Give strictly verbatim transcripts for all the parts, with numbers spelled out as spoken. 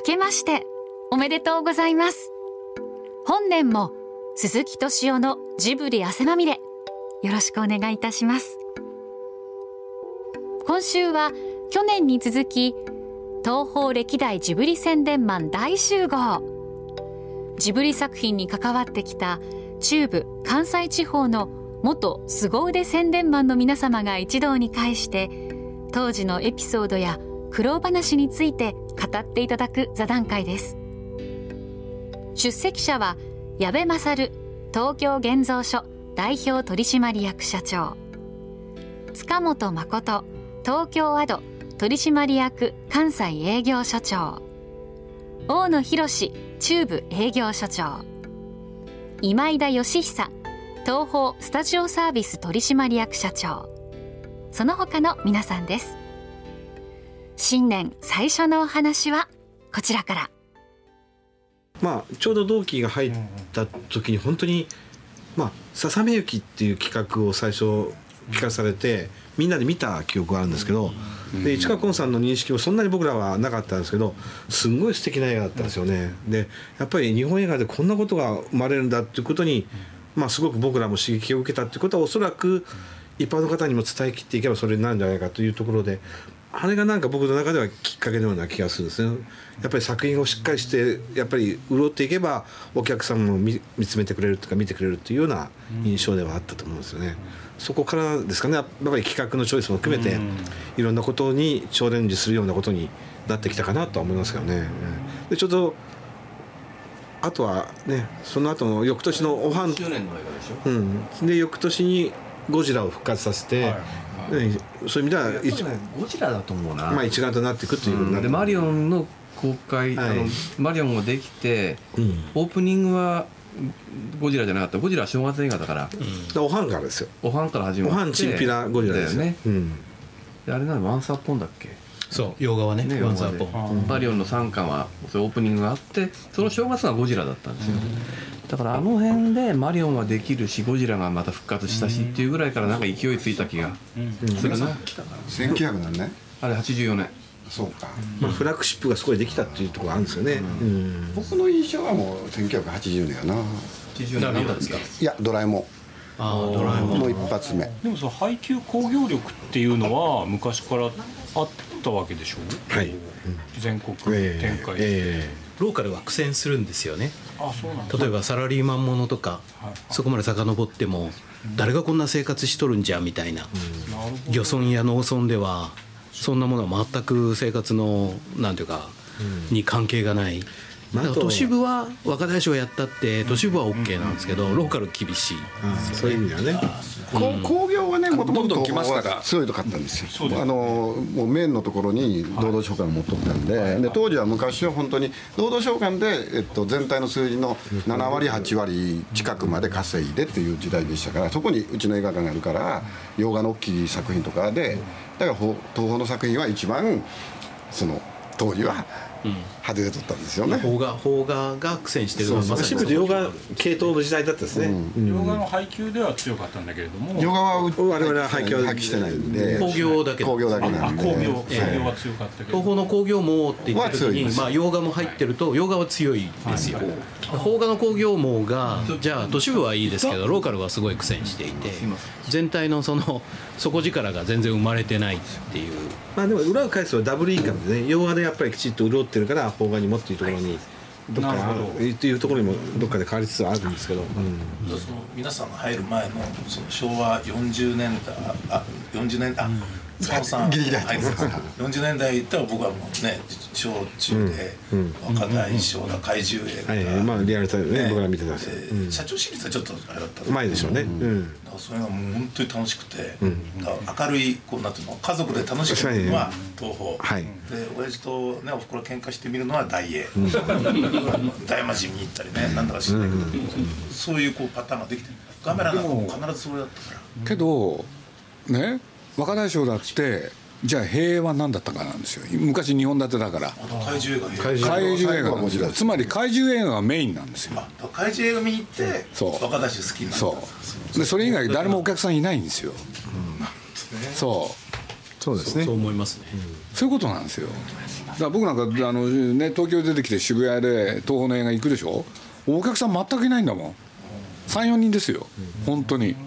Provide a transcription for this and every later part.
けましておめでとうございます。本年も鈴木敏夫のジブリ汗まみれ、よろしくお願いいたします。今週は去年に続き東宝歴代ジブリ宣伝マン大集合。ジブリ作品に関わってきた中部関西地方の元凄腕宣伝マンの皆様が一堂に会して当時のエピソードや苦労話について語っていただく座談会です。出席者は矢部勝東京現像所代表取締役社長、塚本誠東京アド取締役関西営業所長、大野博中部営業所長、今井田義久東宝スタジオサービス取締役社長、その他の皆さんです。新年最初のお話はこちらから。 まあ、ちょうど同期が入った時に本当に、まあ、ささめ雪っていう企画を最初聞かされてみんなで見た記憶があるんですけど、で市川崑さんの認識もそんなに僕らはなかったんですけど、すんごい素敵な映画だったんですよね。でやっぱり日本映画でこんなことが生まれるんだっていうことに、まあ、すごく僕らも刺激を受けたっていうことはおそらく一般の方にも伝えきっていけばそれになるんじゃないかというところで、あれがなんか僕の中ではきっかけのような気がするんですね。やっぱり作品をしっかりしてやっぱり潤っていけばお客さんも 見, 見つめてくれるというか見てくれるというような印象ではあったと思うんですよね。そこからですかね。やっぱり企画のチョイスも含めていろんなことにチャレンジするようなことになってきたかなとは思いますけどね。でちょっとあとはね、その後の翌年のおはん、うん、で翌年にゴジラを復活させて、はいはいね、そういう意味では、 ね、ゴジラだと思うな、 まあ、一丸となっていくということになって、 うん、でマリオンの公開、はい、あのマリオンもできて、うん、オープニングはゴジラじゃなかった。ゴジラは正月映画だから、 うん、おはんからですよ。 おはんから始まって、 おはんチンピラゴジラですよね、うん、 であれなのワンサーポンだっけ。 そう洋画は ね, ねワンサーポン、 マリオンのさんかんはそういうオープニングがあって、その正月がゴジラだったんですよ、うん、だからあの辺でマリオンはできるしゴジラがまた復活したしっていうぐらいからなんか勢いついた気がするな、うんうん、 せんきゅうひゃくなんねあれはちじゅうよねん。 そうか、 まあ、フラッグシップがそこでできたっていうところがあるんですよね、うんうん、 僕の印象はもうせんきゅうひゃくはちじゅうねんやな。はちじゅうねんなんだっけ。 いやドラえもん。 あドラえもんの一発目。 でもその配給工業力っていうのは昔からあったわけでしょう、はい、全国展開、えーえー、ローカルは苦戦するんですよね。 あそうなんです。 例えばサラリーマンものとか、はい、そこまで遡っても、うん、誰がこんな生活しとるんじゃみたいな、うん、漁村や農村ではそんなものは全く生活のなんていうか、うん、に関係がない。だから都市部は若大将やったって都市部は OK なんですけど、うん、ローカル厳しい、 うん、そういう意味ではね、 うん、工業はねもともと強いとかったんですよ、うん、あのもうメインのところに労働省官を持っとったんで、はい、で当時は昔は本当に労働省官で、えっと、全体の数字のななわりはちわり近くまで稼いでっていう時代でしたから、そこにうちの映画館があるから洋画の大きい作品とかで、だから東宝の作品は一番その当時は派手で撮ったんですよね。 邦画邦画が苦戦してるのはまさに洋画系統の時代だったですね、 うん、洋画の配給では強かったんだけれども、 洋画は我々は配給発揮してないんで工業だけ工業だけなんで、 工業工業は強かったけど、 東宝の工業網って言った時に、まあ、洋画も入ってると洋画は強いですよ、はいはい、邦画の工業網がじゃあ都市部はいいですけどローカルはすごい苦戦していて、全体のその底力が全然生まれてないっていう。 まあでも裏を返すとダブルインカムでね、洋画でやっぱりきちっと潤ってるから邦画にもっていうところにどっかっていうところにもどっかで変わりつつあるんですけど、うん、 その皆さんが入る前のそのしょうわよんじゅうねんだいあよんじゅうねんだいあ塚本さんギリギリ入ってますよんじゅうねんだい行ったら僕はもうね小中で若大将だ怪獣映画だ、 はい、まあリアルタイムね僕ら見てたし、 うん、社長シリーズはちょっとあれだった前でしょうね、うんうん、 だからそれがもう本当に楽しくて、うん、だから明るいこうなんていうの家族で楽しくるのは東宝、はい、で親父とねおふくろ喧嘩してみるのは大映、うん、大魔神見に行ったりねなんだか知らないけど、うん、そういうこうパターンができてる。カメラなんかも必ずそれだったからけどね若大将だってじゃあ平和何だったかなんですよ。昔日本立てだから怪獣映画怪獣映画がもちろんつまり怪獣映画がメインなんですよ。 怪獣映画見に行って若大将好きになった。 そうでそれ以外誰もお客さんいないんですよ、うん、そうそうですね。 そう思いますね、 うん、そういうことなんですよ。 ら僕なんかあの、ね、東京出てきて渋谷で東宝の映画行くでしょ、お客さん全くいないんだもん。さんよにんですよ、本当に。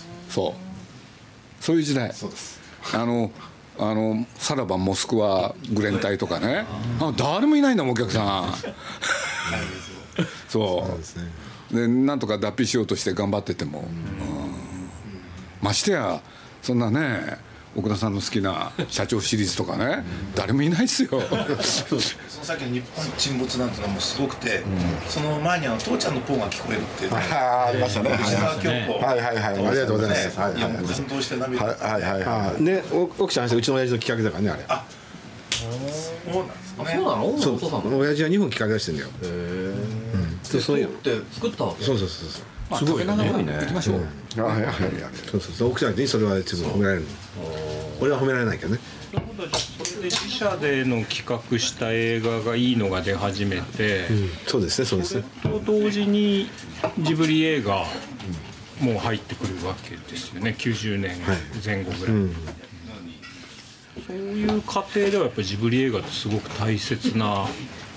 そうそういう時代。そうです。あのあのさらばモスクワグレン隊とかね、あ誰もいないんだもんお客さんそうそうですね。でなんとか脱皮しようとして頑張ってても、うん、ましてやそんなね奥田さんの好きな社長シリーズとかね、誰もいないですよその先の日本沈没なんてのはもうすごくて、うん、その前にあの父ちゃんのポーが聞こえるっていう、 あありましたね、 石川京子、 はいはいはい、ありがとうございます。 いやもう感動して涙、 はいはいはい。 ね、奥ちゃんうちの親父の企画だからねあれ。 あ、そうなんですかね。 そうなの？ そう、 お父さんの親父はにほん企画出してんだよ。へえ。 でそういうって作ったわけ。 そうそうそうそう。 すごいね。行きましょう。 はいはいはい。 そうそうそう、奥ちゃんにそれは自分褒められるの。俺は褒められないけどね。 なるほど。それで自社での企画した映画がいいのが出始めて、 うん、そうですねそうですね。 それと同時にジブリ映画もう入ってくるわけですよね。きゅうじゅうねんぜん後ぐらい。はい、うん、そういう過程ではやっぱりジブリ映画ってすごく大切なこ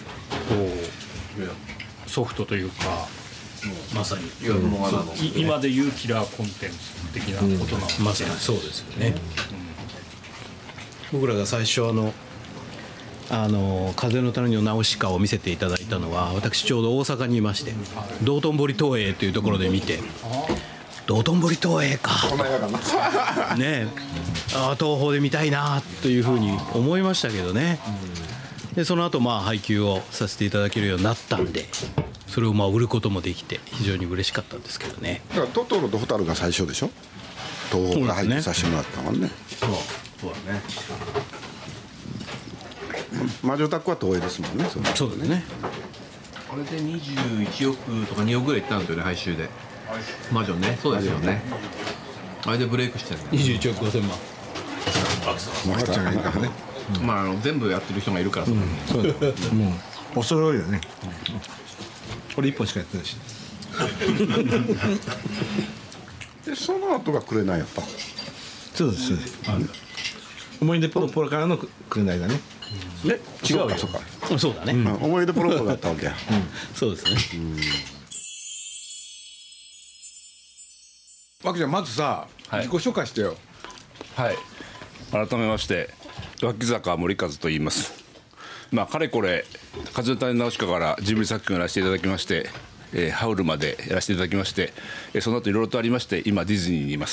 うソフトというか。 まさに今でいうキラーコンテンツ的なことなの、 うん、まさにそうですよね、うん、僕らが最初あのあの風の谷のナウシカを見せていただいたのは私ちょうど大阪にいまして、道頓堀東映というところで見て、道頓堀東映かねえ、あ東宝で見たいなというふうに思いましたけどね。でその後まあ配給をさせていただけるようになったんで、それをまあ売ることもできて非常に嬉しかったんですけどね。 だからトトロとホタルが最初でしょ、東宝から配給させてもらったもんね。 そうそうだね。 魔女宅は東映ですもんね。 そうですね。 あれでにじゅういちおくとかにおくぐらいいったんですよね、配収で。魔女ね、そうですよね。あれでブレイクしてるね。 にじゅういちおくごせんまん。 マキちゃんがいるからね。 うん、まああの全部やってる人がいるからさ、うん、 そうだよ、もう恐れ多いよね、うん、これいっぽんしかやってないしでその後がくれないやった。 そうですそうです、うん、思い出ポロポロからのくれないだね、 うん、え違うよ、そうか、 そうだね、 うん、思い出ポロポロだったわけや、 うん、そうですね、 うん、マキちゃんまずさ、はい、自己紹介してよ。 はい、改めまして脇坂森和と言います。まあかれこれ風の谷ナウシカからジブリ作品をやらせていただきまして、えー、ハウルまでやらせていただきまして、えー、その後いろいろとありまして今ディズニーにいます。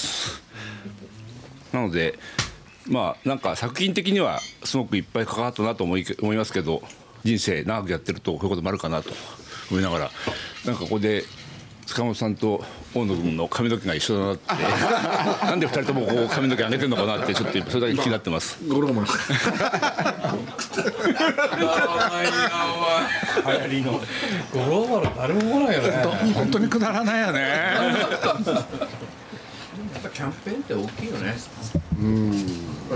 なのでまあなんか作品的にはすごくいっぱい関わったなと思い、思いますけど、人生長くやってるとこういうこともあるかなと思いながら、なんかここで塚本さんと大野君の髪の毛が一緒だなってなんでふたりともこう髪の毛上げてるのかなってちょっとそれだけ気になってます。 ゴロゴロ流行りのゴロゴロ誰も来ないよね。 本当にくだらないよね。 やっぱキャンペーンって大きいよね。 うん、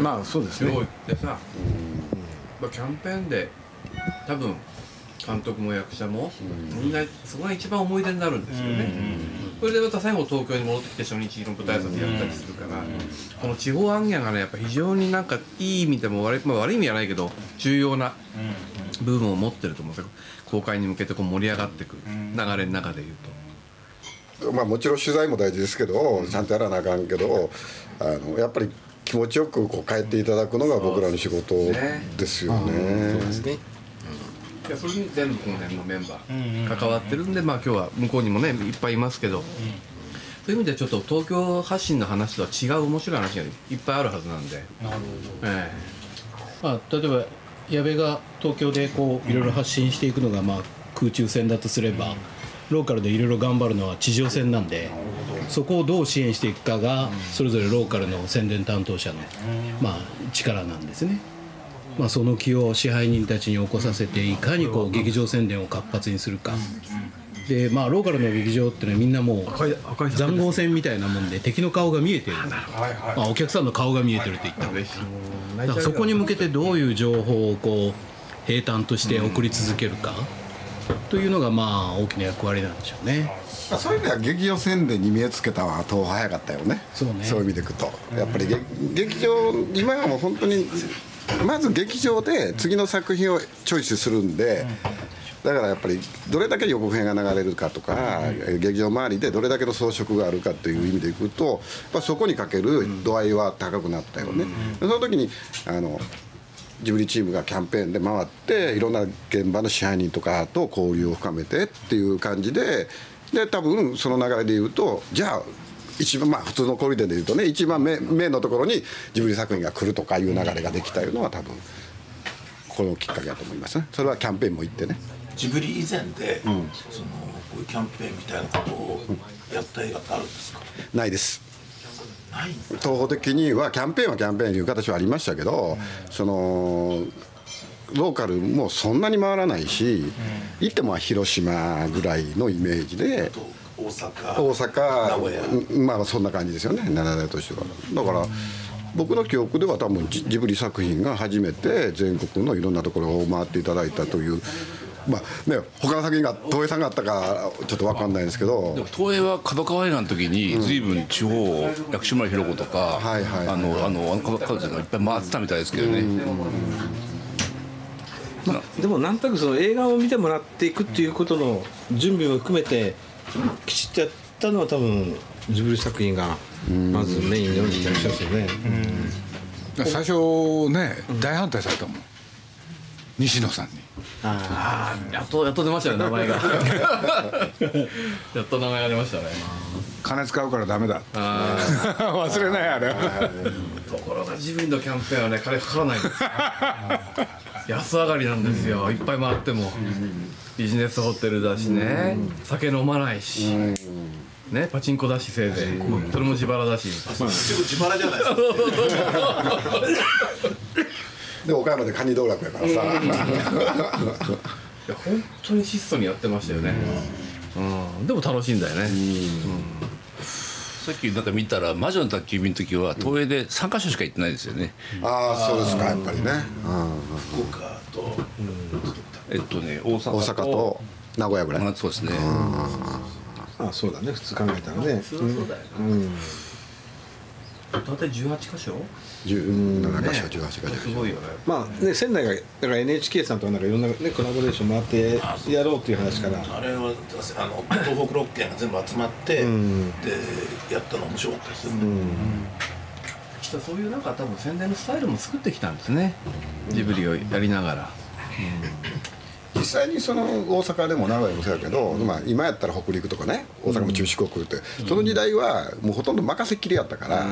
まあそうですね。 すごいってさ、キャンペーンで多分監督も役者もみんなそこが一番思い出になるんですよね。それでまた最後東京に戻ってきて初日の舞台挨拶やったりするから、この地方行脚がねやっぱ非常になんかいい意味でも悪い、まあ、悪い意味はないけど重要な部分を持ってると思うんですよ。公開に向けてこう盛り上がっていく流れの中でいうと、まあもちろん取材も大事ですけどちゃんとやらなあかんけど、あのやっぱり気持ちよくこう帰っていただくのが僕らの仕事ですよね。 そうですね。 いやそれに全部この辺のメンバー関わってるんで、まあ今日は向こうにもねいっぱいいますけど、そういう意味ではちょっと東京発信の話とは違う面白い話がいっぱいあるはずなんで。なるほど。ええ、まあ例えば矢部が東京でこういろいろ発信していくのがまあ空中戦だとすれば、ローカルでいろいろ頑張るのは地上戦なんで、そこをどう支援していくかがそれぞれローカルの宣伝担当者のまあ力なんですね。まあ、その気を支配人たちに起こさせていかにこう劇場宣伝を活発にするかで、まあ、ローカルの劇場ってのはみんなもう塹壕戦みたいなもんで敵の顔が見えている、まあ、お客さんの顔が見えてると言った方がいい。だからそこに向けてどういう情報をこう平坦として送り続けるかというのがまあ大きな役割なんでしょうね。 そういう意味では劇場宣伝に見えつけたのは東宝早かったよね。 そうね。 そういう意味でいくとやっぱり劇場今はもう本当にまず劇場で次の作品をチョイスするんで、だからやっぱりどれだけ予告編が流れるかとか、劇場周りでどれだけの装飾があるかという意味でいくと、まあ、そこにかける度合いは高くなったよね。その時にあのジブリチームがキャンペーンで回っていろんな現場の支配人とかと交流を深めてっていう感じで、で多分その流れでいうと、じゃあ一番まあ普通の小売店でいうとね、一番目目のところにジブリ作品が来るとかいう流れができたいうのは多分このきっかけだと思いますね。それはキャンペーンも行ってね。 ジブリ以前で、うん、そのこういうキャンペーンみたいなことをやった映画ってあるんですか？ ないです。東宝的にはキャンペーンはキャンペーンという形はありましたけど、うん、そのローカルもそんなに回らないし、うん、行っても広島ぐらいのイメージで、 大阪、 大阪、名古屋、まあそんな感じですよね、ななだいとしては。だから、うん、僕の記憶では多分ジブリ作品が初めて全国のいろんなところを回っていただいたという。まあね、他の作品が東映さんがあったかちょっと分かんないんですけど、 でも東映は角川映画の時に随分地方を薬師丸ひろ子とかあのあの角川さんがいっぱい回ってたみたいですけどね。うんうん、 まあ、でもなんとなくその映画を見てもらっていくっていうことの準備も含めてきちっとやったのは多分ジブリ作品がまずメインで読んでいらっしゃるんですよね。 うん、最初ね大反対されたもん、西野さんに。 ああ、やっとやっと出ましたね、名前が。やっと名前が出ましたね。 金使うからダメだ。忘れないあれ。 ところがジブリのキャンペーンはね、金かからないんですよ。安上がりなんですよ。いっぱい回ってもビジネスホテルだしね、酒飲まないし。ね、パチンコだしせいぜい、それも自腹だし。 まあ、すぐ自腹じゃないですか。 で岡山でカニ道楽やからさ。いや本当に質素にやってましたよね。うん、でも楽しいんだよね。うん、 さっきなんか見たら魔女の宅急便の時は東映でさんかしょしか行ってないですよね。 うん、ああそうですか、やっぱりね。 福岡と、うん、 えっとね大阪と大阪と名古屋ぐらい。 あそうですね。 ああそうだね、普通考えたらね。 そうだよね。うん大体じゅうはちかしょじゅうななかしょ、じゅうはちかしょ。 すごいよね。 まあね、仙台がだから エヌエイチケー さんとかなんかいろんなねコラボレーション回ってやろうっていう話から、 あれはあの東北ろっけんが全部集まって、うん、でやったの面白かったですよね。うん、 きっとそういうなんか多分宣伝のスタイルも作ってきたんですね、ジブリをやりながら。 うん、実際にその大阪でも名古屋もそうやけど、まあ、今やったら北陸とかね、大阪も中四国って、うん、その時代はもうほとんど任せっきりやったから、うん、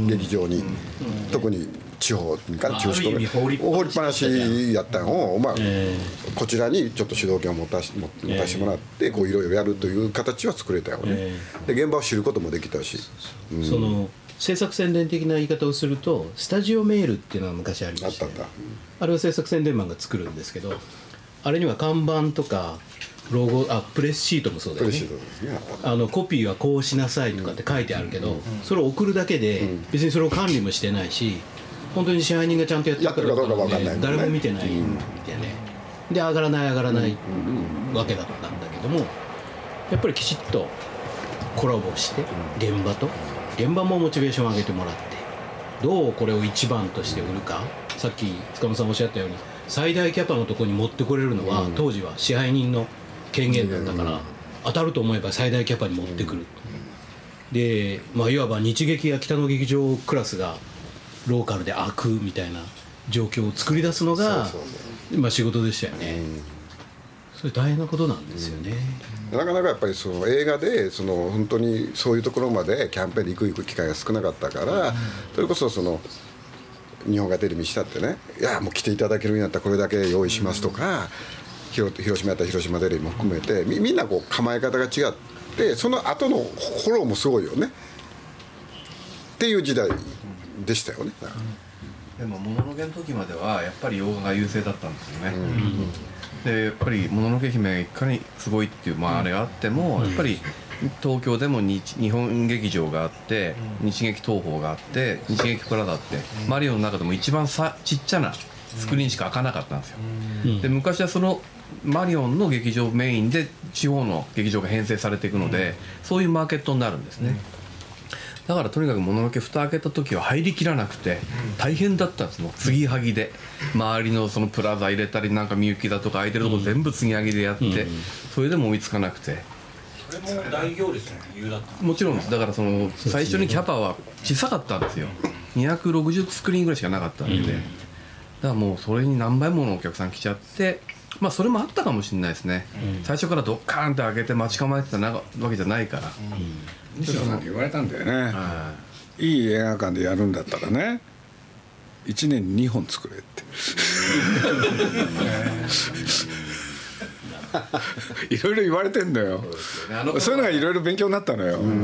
劇場に、うん、特に地方から中四国放りっぱなしやったのを、まあえー、こちらにちょっと主導権を持たし持たせてもらっていろいろやるという形は作れたよね。えー、で現場を知ることもできたし、 うん、その制作宣伝的な言い方をするとスタジオメールっていうのは昔ありました、ね、あったあった。あれは制作宣伝マンが作るんですけど、あれには看板とかロゴ、あプレスシートもそうだよね。あのコピーはこうしなさいとかって書いてあるけど、うん、それを送るだけで、うん、別にそれを管理もしてないし、本当に支配人がちゃんとやってるかどうかもね、誰も見てないんでね。で上がらない上がらないわけだったんだけども、やっぱりきちっとコラボして現場と現場もモチベーションを上げてもらって、どうこれを一番として売るか。さっき塚本さんおっしゃったように最大キャパのところに持ってこれるのは、うん、当時は支配人の権限だったから、うん、当たると思えば最大キャパに持ってくる、うん、で、まあ、いわば日劇や北の劇場クラスがローカルで開くみたいな状況を作り出すのがまあ仕事でしたよね、うん、それ大変なことなんですよね、 うん、なかなかやっぱりその映画でその本当にそういうところまでキャンペーンに行く機会が少なかったから、うん、それこそその日本がテレビしたってね、いやもう来ていただけるようになったらこれだけ用意しますとか、うん、広島やったら広島テレビも含めて み, みんなこう構え方が違って、その後のフォローもすごいよねっていう時代でしたよね。 でももののけの時まではやっぱり洋画が優勢だったんですよね、うん、でやっぱりもののけ姫がいかにすごいっていう、まあ、あれがあっても、うん、やっぱり東京でも 日, 日本劇場があって、うん、日劇東宝があって日劇プラダって、うん、マリオの中でも一番さちっちゃなスクリーンしか開かなかったんですよ、うん、で昔はそのマリオンの劇場メインで地方の劇場が編成されていくので、うん、そういうマーケットになるんですね、 だからとにかくもののけ蓋開けた時は入りきらなくて大変だったんですもん。継ぎはぎで周りのそのプラザ入れたりなんかみゆきだとか空いてるとこ全部継ぎはぎでやって、うん、それでも追いつかなくて、 それも大行列の理由だった。 もちろんだからその最初にキャパは小さかったんですよ。にひゃくろくじゅうスクリーンぐらいしかなかったんで、うん、だからもうそれに何倍ものお客さん来ちゃって、まあそれもあったかもしれないですね、うん、最初からドッカーンって開けて待ち構えてたわけじゃないから、 うん、西野さんに言われたんだよね、はい、いい映画館でやるんだったらねいちねんににほん作れっていろいろ言われてんだよ。そう、ね、そういうのがいろいろ勉強になったのよ。うん、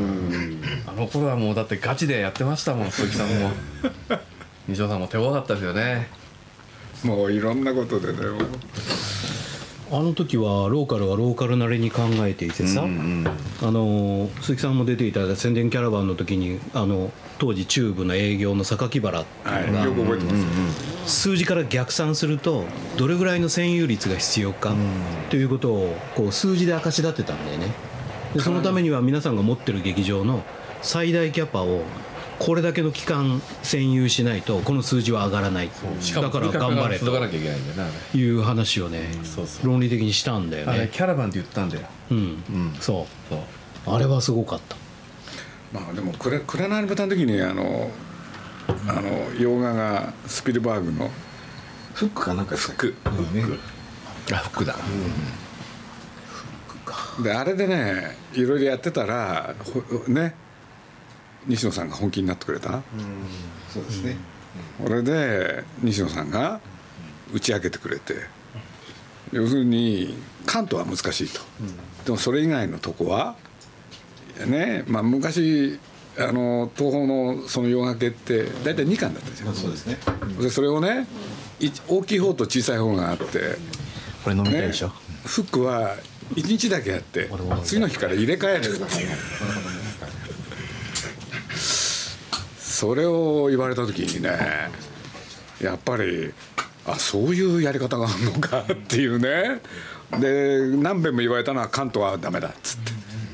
あの頃はもうだってガチでやってましたもん。鈴木さんも西尾さんも手強かったですよね。 もういろんなことでね。 あの時はローカルはローカルなりに考えていてさ、うんうん、あの鈴木さんも出ていただいた宣伝キャラバンの時にあの当時チューブの営業の榊原っていうのが、はい、よく覚えてます、うんうん、数字から逆算するとどれぐらいの占有率が必要かということをこう数字で明かし立てたんだよね。でそのためには皆さんが持ってる劇場の最大キャパをこれだけの期間占有しないとこの数字は上がらない。だから頑張れという話をね、そうそう論理的にしたんだよね。 あれキャラバンって言ったんだよ。 うん、うん、そうそうあれはすごかった。 まあでもくれ紅の豚の時にあのあの洋画がスピルバーグのフックかなんかフックフックあフックだ、うん、 フックか。であれでねいろいろやってたらね西野さんが本気になってくれた。うんそうですね。 これで西野さんが打ち明けてくれて、要するに関東は難しいと、うん、でもそれ以外のとこはね、まあ、昔あの東宝のその洋画系って大体にかんだったじゃん。 そうですね、 うん、でそれをね大きい方と小さい方があってこれ飲みたいでしょ、ね、 フックはいちにちだけやって次の日から入れ替えるっていうそれを言われた時にねやっぱりあそういうやり方があるのかっていうね。で何遍も言われたのは関東はダメだっつって、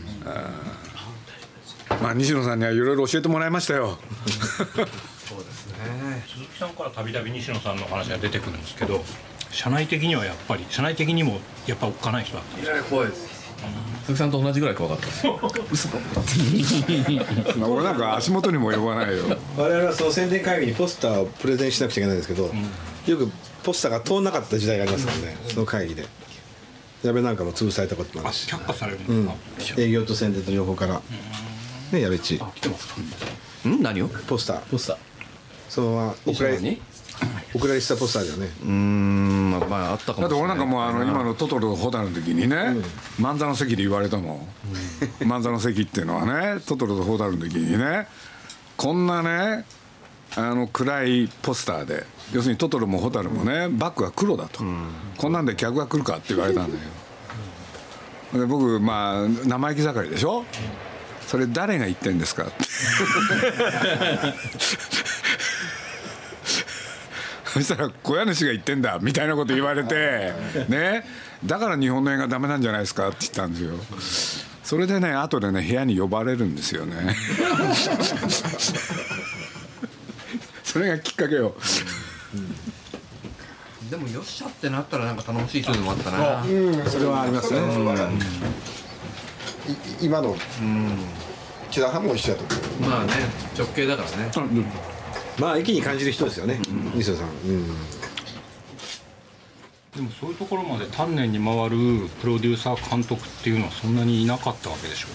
うん、まあ西野さんにはいろいろ教えてもらいましたよそうですね。鈴木さんからたびたび西野さんの話が出てくるんですけど、社内的にはやっぱり社内的にもやっぱおっかない人だったんですか。 いや怖いです。鈴木さんと同じぐらい怖かったです嘘か俺なんか足元にも及ばないよ我々はその宣伝会議にポスターをプレゼンしなくちゃいけないんですけど、うん、よくポスターが通んなかった時代がありますからね、うん、その会議で矢部なんかも潰されたこともあるし、 却下されるんですか、うん、営業と宣伝と両方から、うん、ね矢部っち来てますか、 うん、何をポスターポスターそのままお蔵入りお蔵入りしたポスターだよね。 うーんまあ、まあ、あったかもしれない。 だって俺なんかもうあの今のトトロとホタルの時にね、うん、万座の席で言われたもん、うん、万座の席っていうのはねトトロとホタルの時にねこんなねあの暗いポスターで要するにトトロもホタルもねバックが黒だと、うん、こんなんで客が来るかって言われたんだよ、うん、で僕まあ生意気盛りでしょ、それ誰が言ってんですかってそしたら小家主が言ってんだみたいなこと言われてね、だから日本の映画ダメなんじゃないですかって言ったんですよ。それでね後でね部屋に呼ばれるんですよねそれがきっかけよ、 うん、でもよっしゃってなったらなんか楽しい人でもあったな、 うん、それはありますね、うん、 今の木田さんも一緒だと思う。 まあね直系だからね、うんまあ駅に感じる人ですよね、西野さん、うん、 でもそういうところまで丹念に回るプロデューサー監督っていうのはそんなにいなかったわけでしょ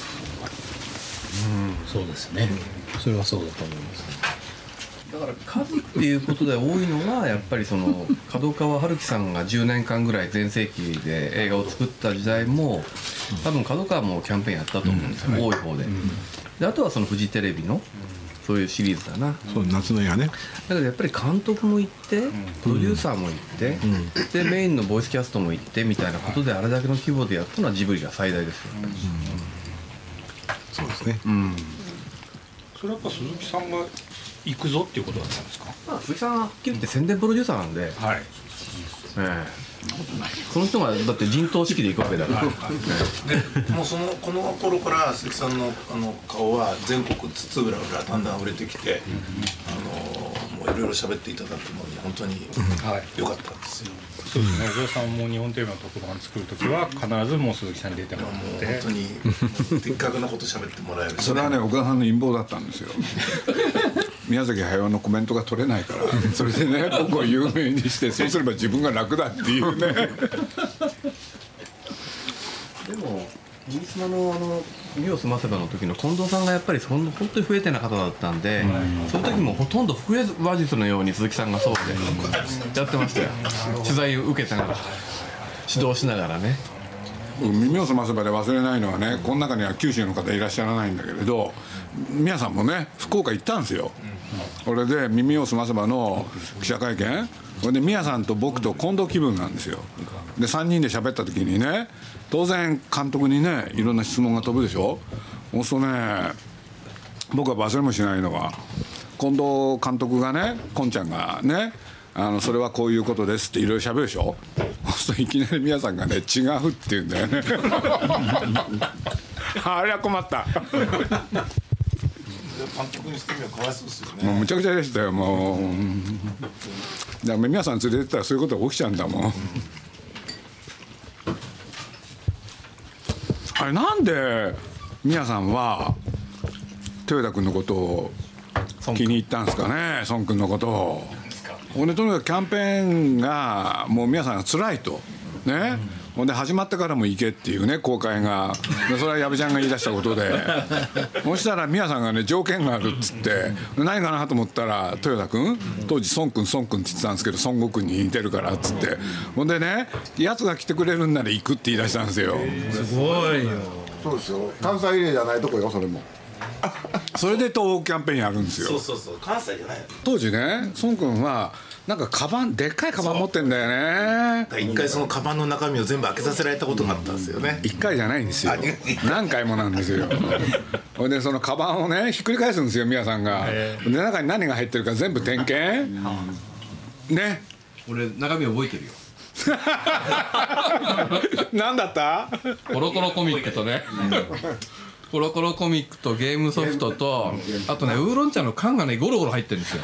う、うん、そうですね、うん、それはそうだと思います。 だから数っていうことで多いのがやっぱりその角川春樹さんがじゅうねんかんぐらい全盛期で映画を作った時代も多分角川もキャンペーンやったと思うんですよ、うん、多い方で、うん、であとはそのフジテレビのそういうシリーズだな。 そう夏の映画ね。だけどやっぱり監督も行って、うん、プロデューサーも行って、うん、でメインのボイスキャストも行ってみたいなことであれだけの規模でやったのはジブリが最大ですよ、うんうん、 そうですね、 うん、それはやっぱ鈴木さんが行くぞっていうことだったんですか。 まあ、鈴木さんははっきり言って宣伝プロデューサーなんで、はい、えその人がだって陣頭指揮で行くわけだからでもうそのこの頃から鈴木さんのあの顔は全国津々浦々だんだん売れてきて、あのもういろいろ喋っていただくのに本当に良かったんですよ。 そうですね。小沢さんも日本テレビの特番作るときは必ずもう鈴木さんに出てもらって、 もう本当に的確なこと喋ってもらえる、ね、 それはね岡田さんの陰謀だったんですよ。宮崎駿のコメントが取れないからそれでね僕を有名にしてそうすれば自分が楽だっていうね。 でもイギスマのあの耳を澄ませばの時の近藤さんがやっぱりそんな本当に不得手な方だったんで、うん、その時もほとんど腹話術のように鈴木さんがそうでやってましたよ。取材を受けてながら指導しながらね。 耳を澄ませばで忘れないのはね、この中には九州の方いらっしゃらないんだけれど、皆さんもね福岡行ったんですよ。これで耳を澄ませばの記者会見、これで宮さんと僕と近藤気分なんですよ。でさんにんで喋った時にね、当然監督にねいろんな質問が飛ぶでしょ。そうするとね、僕は忘れもしないのは近藤監督がね、こんちゃんがね、あのそれはこういうことですっていろいろ喋るでしょ。そうするといきなり宮さんがね違うって言うんだよね。あれは困った。 監督にしてみればかわいそうですよね。 もうむちゃくちゃでしたよ。もうだから皆さん連れてったらそういうことが起きちゃうんだもん。あれなんで宮さんは豊田君のことを気に入ったんですかね、孫君のことを。ほんでとにかくキャンペーンがもう宮さんが辛いとね、ほんで始まってからも行けっていうね公開が、でそれは矢部ちゃんが言い出したことで、そしたら宮さんがね条件があるっつって何かなと思ったら、豊田君当時孫君孫君って言ってたんですけど、孫悟君に似てるからっつって、ほんでねやつが来てくれるんなら行くって言い出したんですよ。 すごいよ。 そうですよ、関西リレーじゃないとこよそれも。 それで東北キャンペーンやるんですよ。 そうそうそう、関西じゃない。 当時ね孫君はなんかカバンでっかいカバン持ってんだよね。 一回そのカバンの中身を全部開けさせられたことがあったんですよね。 一回じゃないんですよ、何回もなんですよ。ほんでそのカバンをねひっくり返すんですよ宮さんが。で中に何が入ってるか全部点検ね。 俺中身覚えてるよ。 何だった？ コロコロコミックとね、コロコロコミックとゲームソフトと、あとねウーロン茶の缶がねゴロゴロ入ってるんですよ。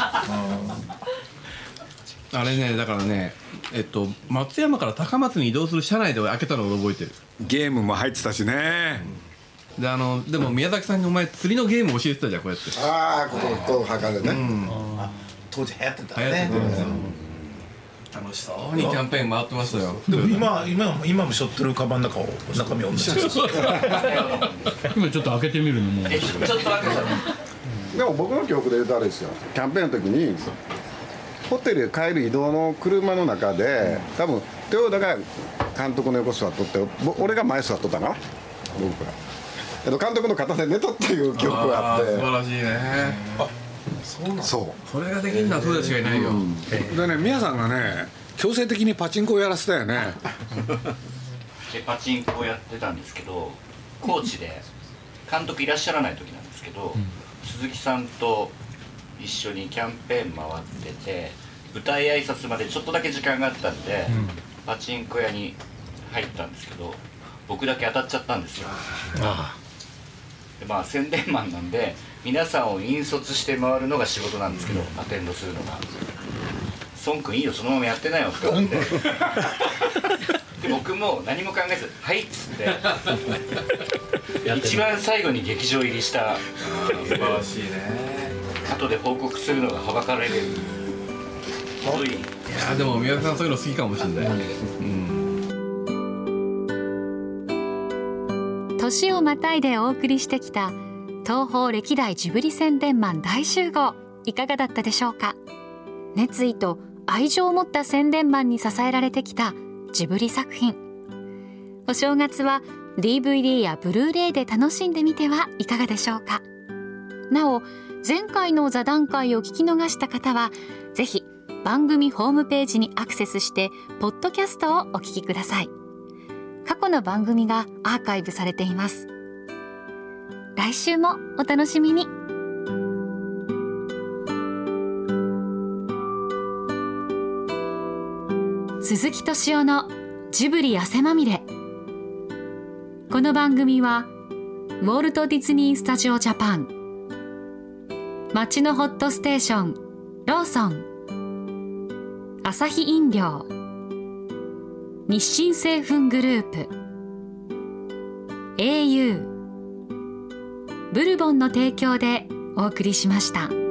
あれね、だからね、えっと松山から高松に移動する車内で開けたのを覚えてる。 ゲームも入ってたしね。 であのでも宮崎さんにお前釣りのゲーム教えてたじゃんこうやって。 ああここと測るね、うん、 当時流行ってたね。 流行ってたんですよ。 楽しそうにキャンペーン回ってましたよ。 でも今今も今も背負ってるカバンの中を中身を同じ。 今ちょっと開けてみるのも。 ちょっと開けた。 でも僕の記憶で言うとあれですよ、キャンペーンの時にホテルへ帰る移動の車の中で多分豊田が監督の横座っとって、俺が前座っとったな、僕が。えっと監督の肩で寝とっていう記憶があって。 素晴らしいね。あ、 そうなん。 そう。 それができるのは豊田しかいないよ。 でね宮さんがね強制的にパチンコをやらせたよね。 でパチンコをやってたんですけど、高知で監督いらっしゃらない時なんですけど、うん、鈴木さんと一緒にキャンペーン回ってて、舞台挨拶までちょっとだけ時間があったんで、うん、パチンコ屋に入ったんですけど、僕だけ当たっちゃったんですよ。ああ。でまあ宣伝マンなんで皆さんを引率して回るのが仕事なんですけど、うん、アテンドするのが。孫君いいよそのままやってないよって思って。で僕も何も考えず「はい」っつって一番最後に劇場入りした。 素晴らしいね。 後で報告するのがはばかられる。 いやでも宮崎さんそういうの好きかもしれない。うん、 年をまたいでお送りしてきた東宝歴代ジブリ宣伝マン大集合、いかがだったでしょうか。熱意と愛情を持った宣伝マンに支えられてきたジブリ作品。お正月は ディーブイディー やブルーレイで楽しんでみてはいかがでしょうか。なお前回の座談会を聞き逃した方はぜひ番組ホームページにアクセスしてポッドキャストをお聞きください。過去の番組がアーカイブされています。来週もお楽しみに。 鈴木敏夫のジブリ汗まみれ。この番組はウォルト・ディズニー・スタジオ・ジャパン、街のホットステーションローソン、アサヒ飲料、日清製粉グループ、 エーユー、ブルボンの提供でお送りしました。